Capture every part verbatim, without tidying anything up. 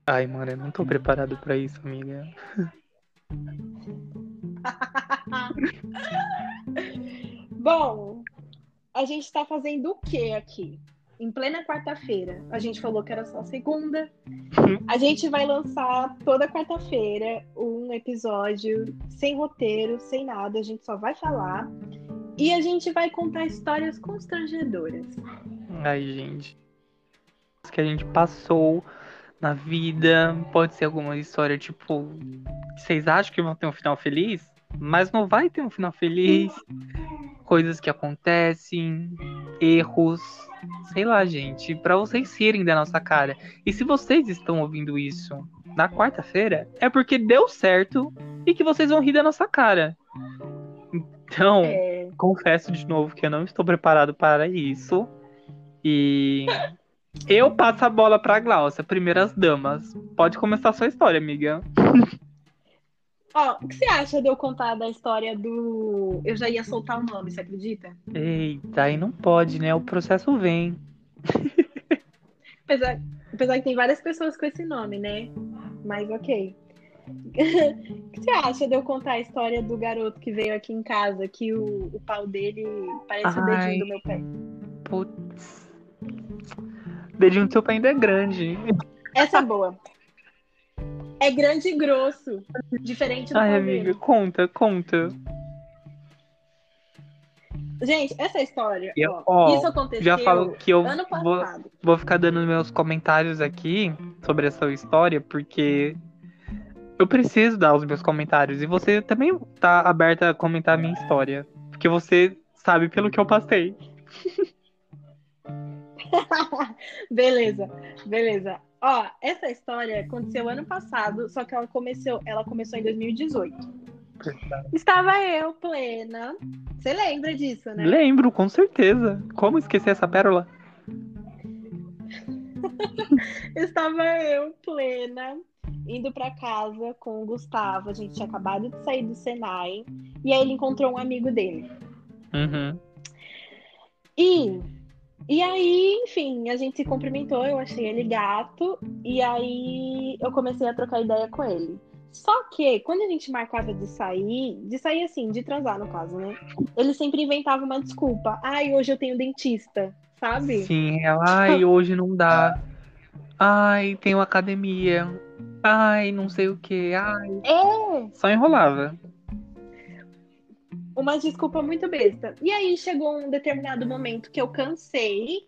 Ai, mano, eu não tô preparado pra isso, amiga. Bom, a gente tá fazendo o que aqui? Em plena quarta-feira. A gente falou que era só segunda. A gente vai lançar toda quarta-feira um episódio sem roteiro, sem nada. A gente só vai falar. E a gente vai contar histórias constrangedoras. Ai, gente. Que a gente passou na vida. Pode ser alguma história, tipo, que vocês acham que vão ter um final feliz, mas não vai ter um final feliz. Coisas que acontecem, erros, sei lá, gente, pra vocês rirem da nossa cara. E se vocês estão ouvindo isso na quarta-feira, é porque deu certo e que vocês vão rir da nossa cara. Então, É... confesso de novo que eu não estou preparado para isso. E eu passo a bola pra Glaucia, primeiras damas. Pode começar a sua história, amiga. Ó, o que você acha de eu contar da história do... Eu já ia soltar o nome, você acredita? Eita, aí não pode, né? O processo vem. Apesar, apesar que tem várias pessoas com esse nome, né? Mas ok. O que você acha de eu contar a história do garoto que veio aqui em casa, que o, o pau dele parece o dedinho Ai, do meu pé? putz. Dedinho do seu pé ainda é grande. Essa é boa. É grande e grosso, diferente do Ai, pau amiga, dele. conta, conta. Gente, essa história, E eu, ó, ó, isso já falo aconteceu que eu ano vou, passado. vou ficar dando meus comentários aqui sobre essa história, porque eu preciso dar os meus comentários. E você também tá aberta a comentar a minha história. Porque você sabe pelo que eu passei. Beleza, beleza. Ó, essa história aconteceu ano passado, só que ela começou, ela começou em dois mil e dezoito. Estava eu plena. Você lembra disso, né? Lembro, com certeza. Como esquecer essa pérola? Estava eu plena indo para casa com o Gustavo. A gente tinha acabado de sair do Senai e aí ele encontrou um amigo dele. Uhum. E e aí, enfim, a gente se cumprimentou, eu achei ele gato, e aí eu comecei a trocar ideia com ele. Só que, quando a gente marcava de sair, de sair assim, de transar no caso, né? Ele sempre inventava uma desculpa. Ai, hoje eu tenho dentista, sabe? Sim, ela, ai, hoje não dá. Ai, tenho academia. Ai, não sei o que. Ai, É, só enrolava. uma desculpa muito besta. E aí chegou um determinado momento que eu cansei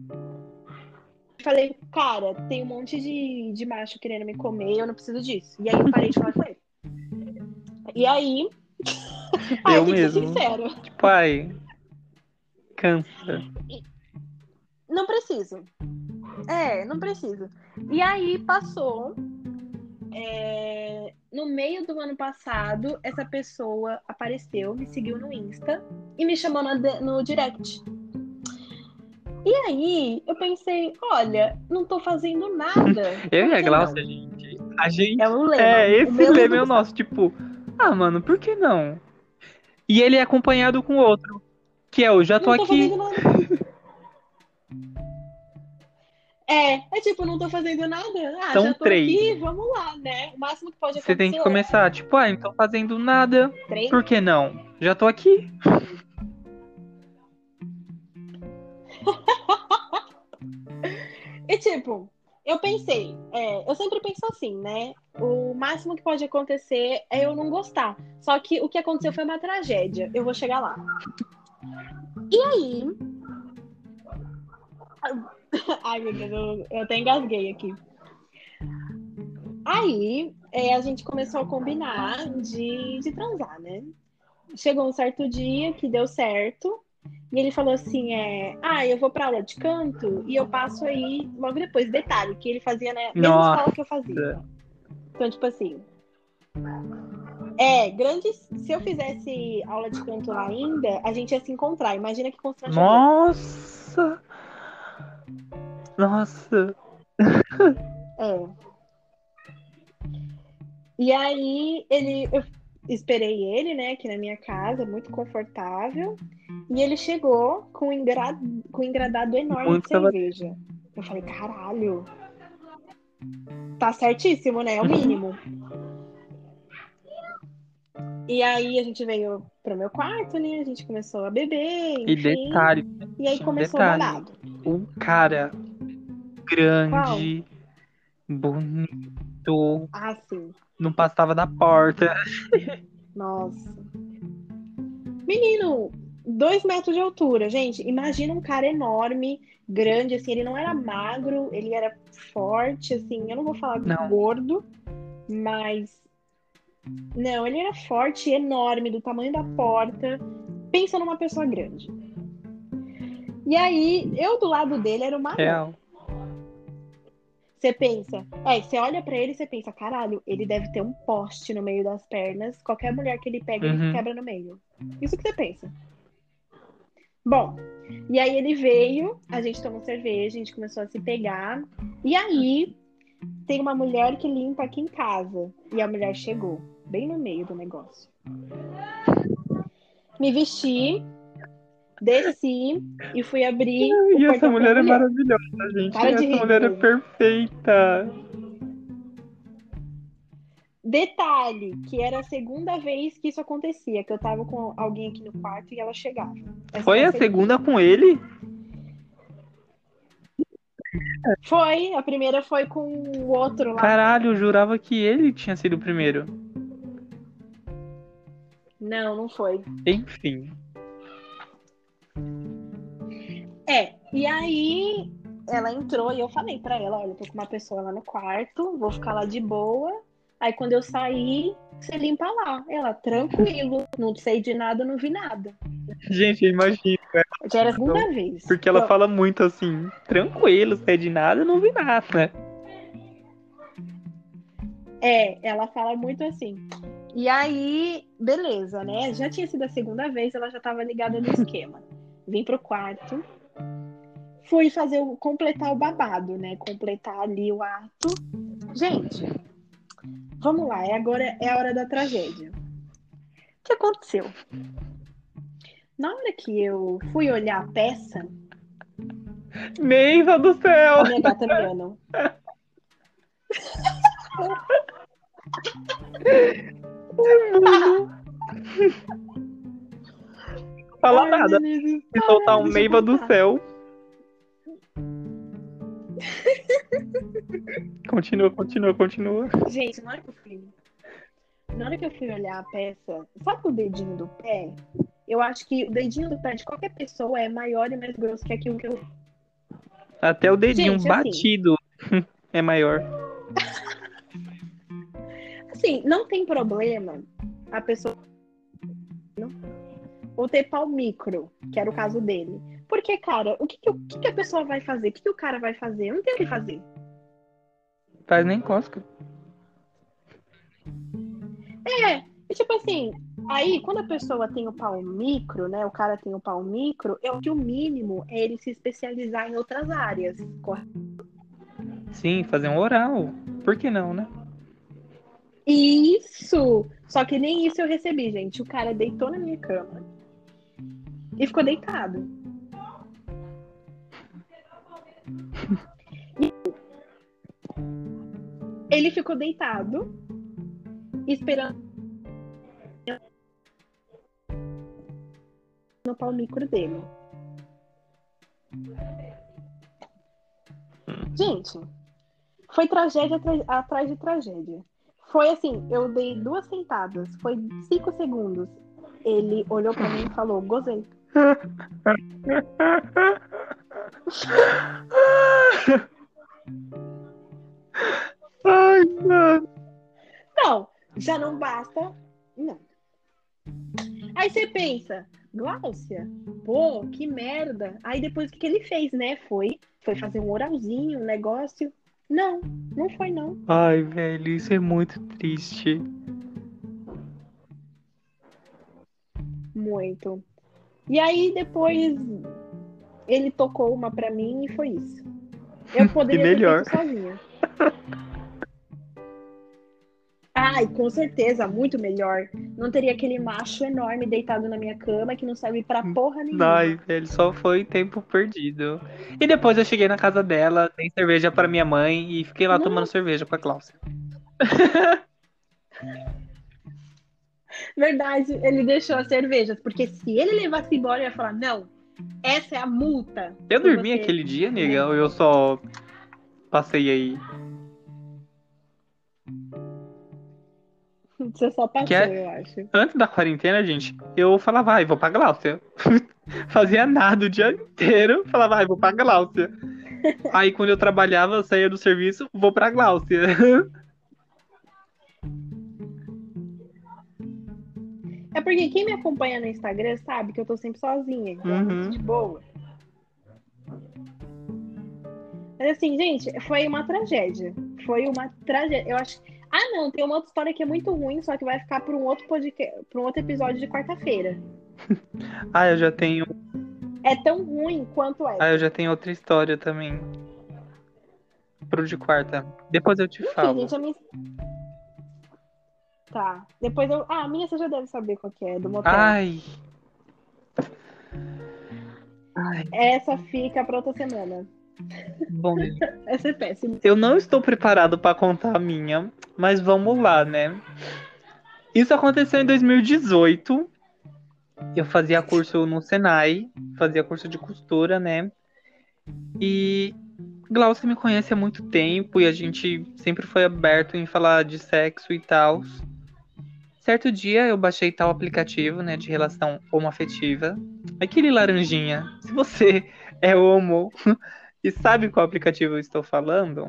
e falei, cara, tem um monte de, de macho querendo me comer, eu não preciso disso. E aí eu parei de falar com ele. E aí, ai, Eu tem que ser mesmo. sincero. Tipo, ai, cansa. Não preciso. É, não preciso. E aí passou. é, No meio do ano passado, essa pessoa apareceu, me seguiu no Insta e me chamou no, no direct. E aí eu pensei, olha, não tô fazendo nada. Eu e Por a que Glaucia, não? gente, a É gente. o lema, É, o esse mesmo lema do é o Gustavo. nosso, tipo, ah, mano, por que não? E ele é acompanhado com outro, que é o já tô Não tô aqui. fazendo nada. É, é tipo, não tô fazendo nada. Ah, São já tô três. aqui, vamos lá, né? O máximo que pode Você tem que acontecer é começar, tipo, ah, não tô fazendo nada, três. por que não? Já tô aqui. E tipo, eu pensei, é, eu sempre penso assim, né? O máximo que pode acontecer é eu não gostar. Só que o que aconteceu foi uma tragédia. Eu vou chegar lá. E aí. Ai, meu Deus, eu, eu até engasguei aqui. Aí é, a gente começou a combinar de, de transar, né? Chegou um certo dia que deu certo. E ele falou assim: é, ah, eu vou pra aula de canto e eu passo aí logo depois. Detalhe, que ele fazia na mesma escola que eu fazia. Nossa. Então, tipo assim, é, grande. Se eu fizesse aula de canto lá ainda, a gente ia se encontrar. Imagina que constrangedor. Nossa. Nossa. É. E aí ele, eu esperei ele, né, aqui na minha casa, muito confortável. E ele chegou com um, engra, com um engradado enorme de Muito tava. cerveja. Eu falei, caralho. Tá certíssimo, né? É o mínimo. E aí a gente veio pro meu quarto, né? A gente começou a beber, E enfim. detalhe, E aí tinha um começou o detalhe. babado. O cara Qual? grande, bonito, Ah, sim. não passava da porta. Nossa. Menino, dois metros de altura, gente. Imagina um cara enorme, grande, assim. Ele não era magro, ele era forte, assim. Eu não vou falar Não, gordo, mas. Não, ele era forte, enorme, do tamanho da porta. Pensa numa pessoa grande. E aí, eu do lado dele era uma anã. real. Você pensa, é, você olha pra ele e você pensa, caralho, ele deve ter um poste no meio das pernas. Qualquer mulher que ele pega, ele Uhum. quebra no meio. Isso que você pensa. Bom, e aí ele veio, a gente tomou cerveja, a gente começou a se pegar. E aí tem uma mulher que limpa aqui em casa. E a mulher chegou, bem no meio do negócio. Me vesti, desci e fui abrir o E essa portão pra mulher é mulher. maravilhosa, gente. Para de Essa rir do mulher é povo. perfeita. Detalhe, que era a segunda vez que isso acontecia, que eu tava com alguém aqui no quarto e ela chegava. Essa Foi foi a a segunda. segunda com ele? Foi, a primeira foi com o outro lá. Caralho, eu jurava que ele tinha sido o primeiro. Não, não foi. Enfim. É, e aí ela entrou e eu falei pra ela, olha, eu tô com uma pessoa lá no quarto, vou ficar lá de boa. Aí quando eu sair, você limpa lá. Ela, tranquilo, não sei de nada, não vi nada. Gente, eu imagino. Já era a segunda vez. Porque ela fala muito assim, tranquilo, sei de nada, não vi nada. É, ela fala muito assim. E aí, beleza, né? Já tinha sido a segunda vez, ela já tava ligada no esquema. Vim pro quarto, fui fazer o, completar o babado, né? Completar ali o ato. Gente, vamos lá, é agora é a hora da tragédia. O que aconteceu? Na hora que eu fui olhar a peça, Neiva do céu! a minha gata miando. Mano, não fala Ai, nada. Denise, Se soltar para, um deixa eu Neiva do contar. céu. Continua, continua, continua. Gente, na hora que eu fui, na hora que eu fui olhar a peça, sabe o dedinho do pé? Eu acho que o dedinho do pé de qualquer pessoa é maior e mais grosso que aquilo que eu. Até o dedinho Gente, assim, batido é maior. assim, não tem problema a pessoa ou ter pau micro, que era o caso dele. Porque, cara, o que, que, o que, que a pessoa vai fazer? O que, que o cara vai fazer? Não tem o que fazer. Faz nem cosca. É, e tipo assim, aí quando a pessoa tem o pau micro, né? O cara tem o pau micro, eu acho que o mínimo é ele se especializar em outras áreas, correto? Sim, fazer um oral. Por que não, né? Isso! Só que nem isso eu recebi, gente. O cara deitou na minha cama e ficou deitado. E ele ficou deitado, esperando no pau micro dele. Gente, foi tragédia atra- atrás de tragédia. Foi assim, eu dei duas sentadas, foi cinco segundos. Ele olhou pra mim e falou, gozei. Ai, mano. Não, já não basta. Não. Aí você pensa, Gláucia, pô, que merda. Aí depois o que, que ele fez, né? Foi, foi fazer um oralzinho, um negócio. Não, não foi não. Ai, velho, isso é muito triste. Muito. E aí depois ele tocou uma pra mim e foi isso. Eu E poderia ter melhor. feito sozinha. Ah, Ai, com certeza, muito melhor. Não teria aquele macho enorme deitado na minha cama que não serve pra porra Ai, nenhuma. velho, só foi tempo perdido. E depois eu cheguei na casa dela, dei cerveja pra minha mãe e fiquei lá tomando Nossa, cerveja com a Cláudia. verdade, ele deixou as cervejas, porque se ele levasse embora, eu ia falar, não, essa é a multa Eu por dormi você, aquele dia, né? negão, eu só passei aí. Você só Porque passou, eu acho. antes da quarentena, gente, eu falava, vai, vou pra Gláucia. Fazia nada o dia inteiro, falava, vai, vou pra Gláucia. Aí quando eu trabalhava, eu saía do serviço, vou pra Gláucia. É porque quem me acompanha no Instagram sabe que eu tô sempre sozinha, então é muito de Uhum. boa. Mas assim, gente, foi uma tragédia. Foi uma tragédia. Eu acho. Ah, não, tem uma outra história que é muito ruim, só que vai ficar para um outro podcast, para um outro episódio de quarta-feira. Ah, eu já tenho, É tão ruim quanto ah, eu essa. já tenho outra história também. Pro de quarta. Depois eu te Enfim, falo. gente, a minha. Tá. Depois eu. Ah, a minha você já deve saber qual que é, do motel. Ai, ai. Essa fica para outra semana. Bom, Essa é péssima. eu não estou preparado pra contar a minha, mas vamos lá, né? Isso aconteceu em dois mil e dezoito. Eu fazia curso no Senai, fazia curso de costura, né? E Glaucio me conhece há muito tempo e a gente sempre foi aberto em falar de sexo e tal. Certo dia eu baixei tal aplicativo, né, de relação homoafetiva. Aquele laranjinha. Se você é homo e sabe qual aplicativo eu estou falando,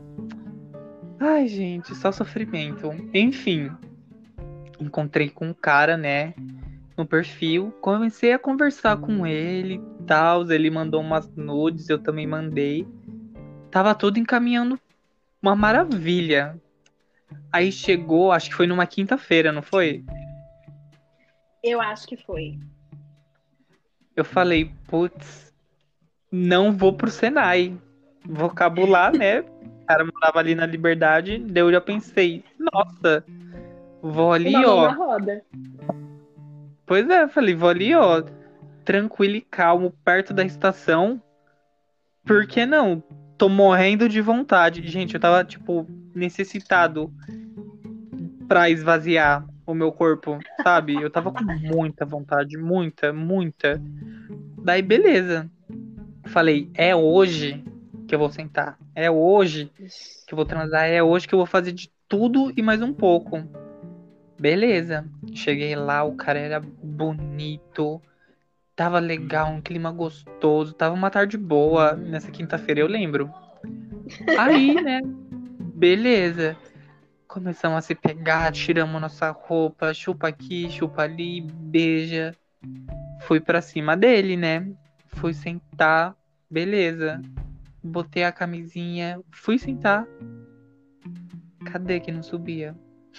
ai, gente, só sofrimento. Enfim, encontrei com um cara, né, no perfil, comecei a conversar com ele e tal. Ele mandou umas nudes, eu também mandei. Tava tudo encaminhando uma maravilha. Aí chegou, acho que foi numa quinta-feira, não foi? Eu acho que foi. Eu falei, putz, não vou pro Senai. Vou cabular, né? O cara morava ali na Liberdade. Daí eu já pensei, nossa, vou Uma ali, mão ó. na roda. Pois é, falei, vou ali, ó, tranquilo e calmo, perto da estação. Por que não? Tô morrendo de vontade. Gente, eu tava, tipo, necessitado pra esvaziar o meu corpo, sabe? Eu tava com muita vontade, muita, muita. Daí, beleza. Falei, é hoje que eu vou sentar. É hoje que eu vou transar. É hoje que eu vou fazer de tudo e mais um pouco. Beleza. Cheguei lá, o cara era bonito. Tava legal, um clima gostoso. Tava uma tarde boa nessa quinta-feira, eu lembro. Aí, né? Beleza. Começamos a se pegar, tiramos nossa roupa, chupa aqui, chupa ali, beija. Fui pra cima dele, né? Fui sentar, beleza. Botei a camisinha, fui sentar. Cadê que não subia?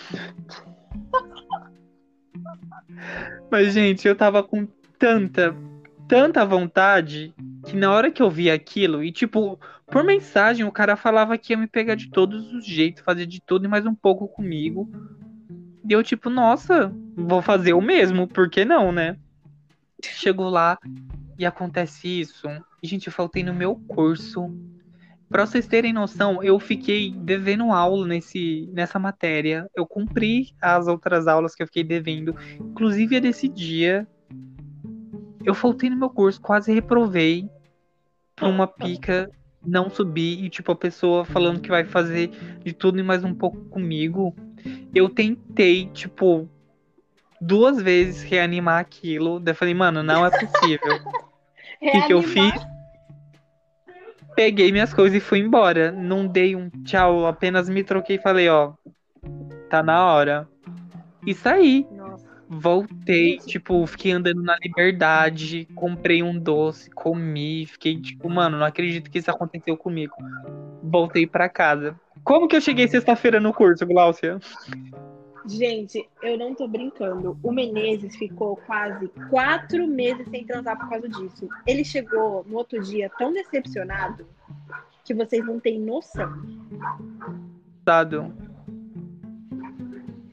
Mas, gente, eu tava com tanta, tanta vontade que na hora que eu vi aquilo, e tipo, por mensagem, o cara falava que ia me pegar de todos os jeitos, fazer de tudo e mais um pouco comigo. E eu, tipo, nossa, vou fazer o mesmo, por que não, né? Chego lá e acontece isso. E, gente, eu faltei no meu curso. Pra vocês terem noção, eu fiquei devendo aula nesse, nessa matéria. Eu cumpri as outras aulas que eu fiquei devendo. Inclusive a desse dia. Eu faltei no meu curso, quase reprovei por uma pica, não subi. E tipo, a pessoa falando que vai fazer de tudo e mais um pouco comigo. Eu tentei, tipo, duas vezes reanimar aquilo. Daí eu falei, mano, não é possível. O que que eu fiz? Reanimar. Peguei minhas coisas e fui embora. Não dei um tchau, apenas me troquei e falei, ó, tá na hora. E saí. Nossa. Voltei, Gente, tipo, fiquei andando na Liberdade, comprei um doce, comi, fiquei tipo, mano, não acredito que isso aconteceu comigo. Voltei pra casa. Como que eu cheguei sexta-feira no curso, Gláucia? gente, eu não tô brincando. O Menezes ficou quase quatro meses sem transar por causa disso. Ele chegou no outro dia tão decepcionado que vocês não têm noção. Dado.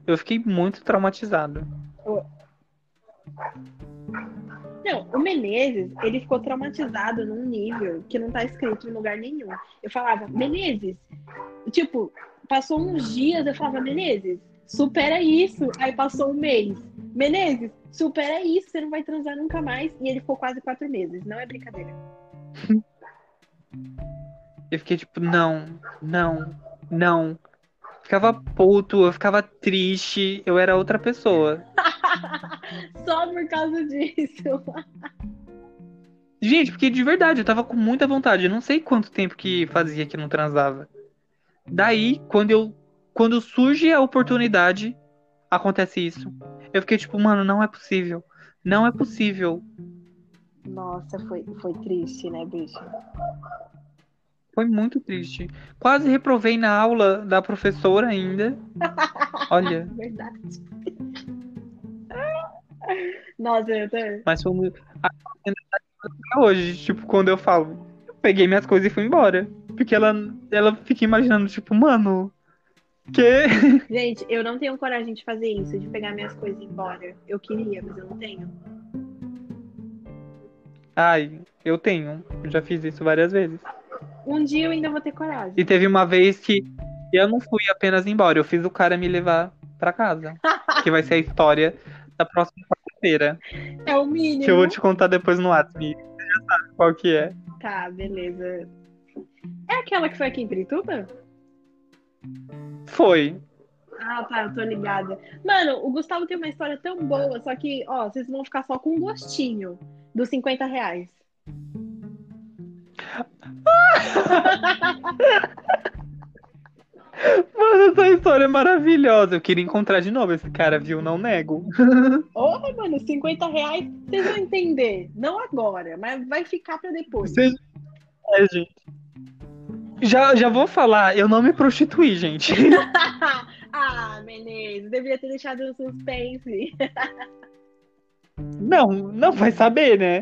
Eu fiquei muito traumatizado. Não, o Menezes, ele ficou traumatizado num nível que não tá escrito em lugar nenhum. Eu falava, Menezes, tipo, passou uns dias, eu falava, Menezes, supera isso. Aí passou um mês. Menezes, supera isso, você não vai transar nunca mais. E ele ficou quase quatro meses, não é brincadeira. Eu fiquei tipo, não, não, não. Ficava puto, eu ficava triste, eu era outra pessoa. Só por causa disso. Gente, porque de verdade, eu tava com muita vontade. Eu não sei quanto tempo que fazia que não transava. Daí, quando eu. Quando surge a oportunidade, acontece isso. Eu fiquei tipo, mano, não é possível. Não é possível. Nossa, foi, foi triste, né, bicho? Foi muito triste. Quase reprovei na aula da professora ainda. Olha, Verdade. Nossa, eu tô... mas foi muito. Até hoje, tipo, quando eu falo, eu peguei minhas coisas e fui embora. Porque ela, ela fica imaginando, tipo, mano, que. Gente, eu não tenho coragem de fazer isso, de pegar minhas coisas e ir embora. Eu queria, mas eu não tenho. Ai, eu tenho. Eu já fiz isso várias vezes. Um dia eu ainda vou ter E coragem. teve uma vez que eu não fui apenas embora, eu fiz o cara me levar pra casa. Que vai ser a história da próxima quarta-feira. É o Que eu vou mínimo. te contar depois no WhatsApp. Qual que é? Tá, beleza. É aquela que foi aqui em Pirituba? Foi. Ah, tá, eu tô ligada. Mano, o Gustavo tem uma história tão boa, só que, ó, vocês vão ficar só com um gostinho dos cinquenta reais. Mano, essa história é maravilhosa. Eu queria encontrar de novo esse cara, viu? Não nego. Ô, mano, cinquenta reais, vocês vão entender. Não agora, mas vai ficar pra depois. Você... É, gente. Já, já vou falar, eu não me prostituí, gente. Ah, Menezes, deveria ter deixado no suspense. Não, não vai saber, né?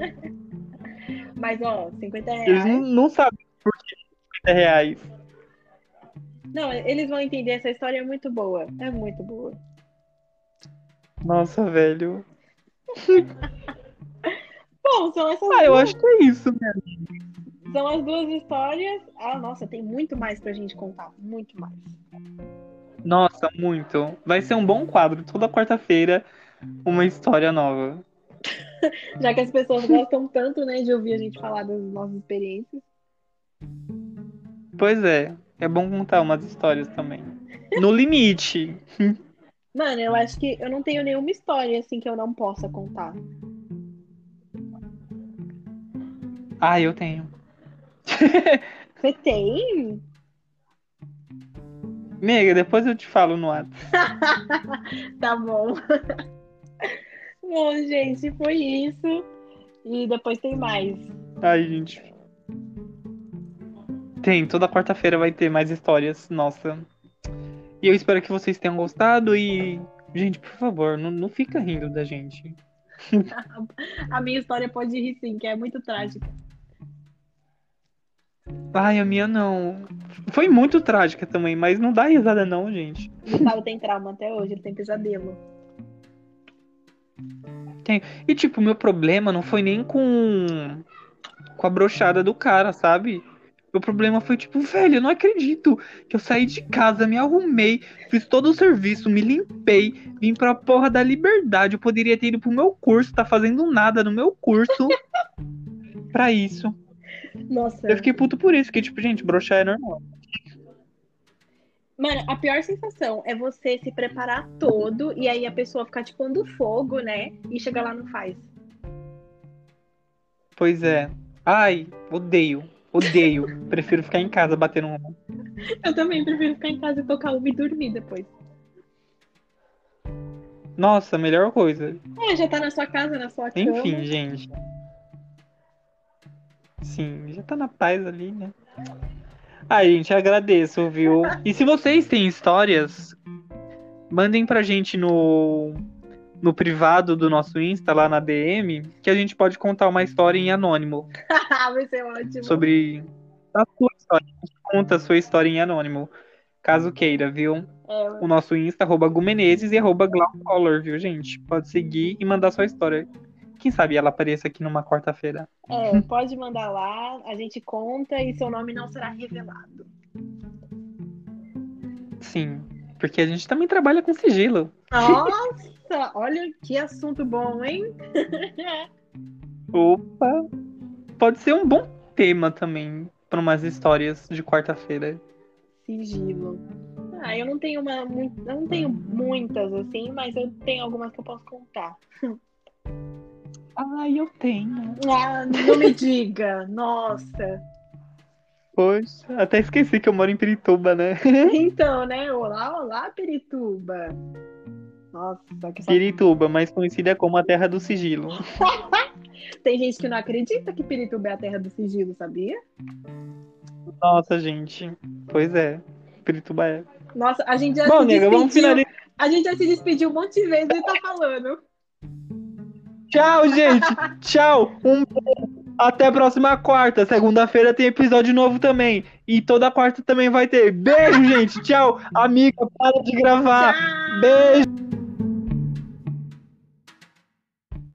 Mas, ó, cinquenta Eles não, reais. não sabem por que cinquenta reais. Não, eles vão entender, essa história é muito boa. É muito boa. Nossa, velho. Bom, são essas Ah, eu acho duas. que é isso, né? São as duas histórias. Ah, nossa, tem muito mais pra gente contar. Muito mais. Nossa, muito. Vai ser um bom quadro. Toda quarta-feira, uma história nova. Já que as pessoas gostam tanto, né, de ouvir a gente falar das nossas experiências. Pois é, é bom contar umas histórias também. No limite. Mano, eu acho que eu não tenho nenhuma história assim que eu não possa contar. Ah, eu tenho. Você tem? Amiga, depois eu te falo no WhatsApp. Tá bom. Bom, gente, foi isso. E depois tem mais. Ai, gente. Tem, toda quarta-feira vai ter mais histórias. Nossa. E eu espero que vocês tenham gostado e. Gente, por favor, não, não fica rindo da gente. A minha história pode rir sim, que é muito trágica. Ai, a minha não. Foi muito trágica também, mas não dá risada não, gente. O Gustavo tem trauma até hoje, ele tem pesadelo. Tem. E tipo, meu problema não foi nem com com a brochada do cara, sabe? Meu problema foi tipo, velho, eu não acredito que eu saí de casa, me arrumei, fiz todo o serviço, me limpei, vim pra porra da Liberdade. Eu poderia ter ido pro meu curso, tá fazendo nada no meu curso pra isso. Eu Nossa. fiquei puto por isso, porque tipo, gente, brochar é normal. Mano, a pior sensação é você se preparar todo e aí a pessoa ficar te pondo fogo, né? E chegar lá e não faz. Pois é. Ai, odeio, odeio. Prefiro ficar em casa batendo uma. Eu também prefiro ficar em casa e tocar uma e dormir depois. Nossa, melhor coisa. É, já tá na sua casa, na sua Enfim, cama. gente. Sim, já tá na paz ali, né? Ai, gente, agradeço, viu? E se vocês têm histórias, mandem pra gente no, no privado do nosso Insta, lá na D M, que a gente pode contar uma história em anônimo Vai ser ótimo. sobre a sua história. A gente conta a sua história em anônimo. Caso queira, viu? É, O nosso Insta, arroba Gumenezes e arroba Glaucolor, viu, gente? Pode seguir e mandar sua história. Quem sabe ela apareça aqui numa quarta-feira. é, pode mandar lá, a gente conta e seu nome não será revelado. Sim, porque a gente também trabalha com sigilo. Nossa, olha que assunto bom, hein? Opa! Pode ser um bom tema também para umas histórias de quarta-feira. Sigilo. Ah, eu não tenho uma, mu- eu não tenho muitas assim, mas eu tenho algumas que eu posso contar. Ai, eu tenho. Ah, não me diga, nossa. Poxa, até esqueci que eu moro em Pirituba, né? Então, né? Olá, olá, Pirituba. Nossa, que só... Pirituba, mais conhecida como a Terra do Sigilo. Tem gente que não acredita que Pirituba é a terra do sigilo, sabia? Nossa, gente. Pois é, Pirituba é. Nossa, a gente já Bom, se nega, vamos despediu. finalizar. A gente já se despediu um monte de vezes e tá falando. Tchau, gente. Tchau. Um beijo. Até a próxima quarta. Segunda-feira tem episódio novo também. E toda quarta também vai ter. Beijo, gente. Tchau. Amiga, para de gravar. Tchau! Beijo.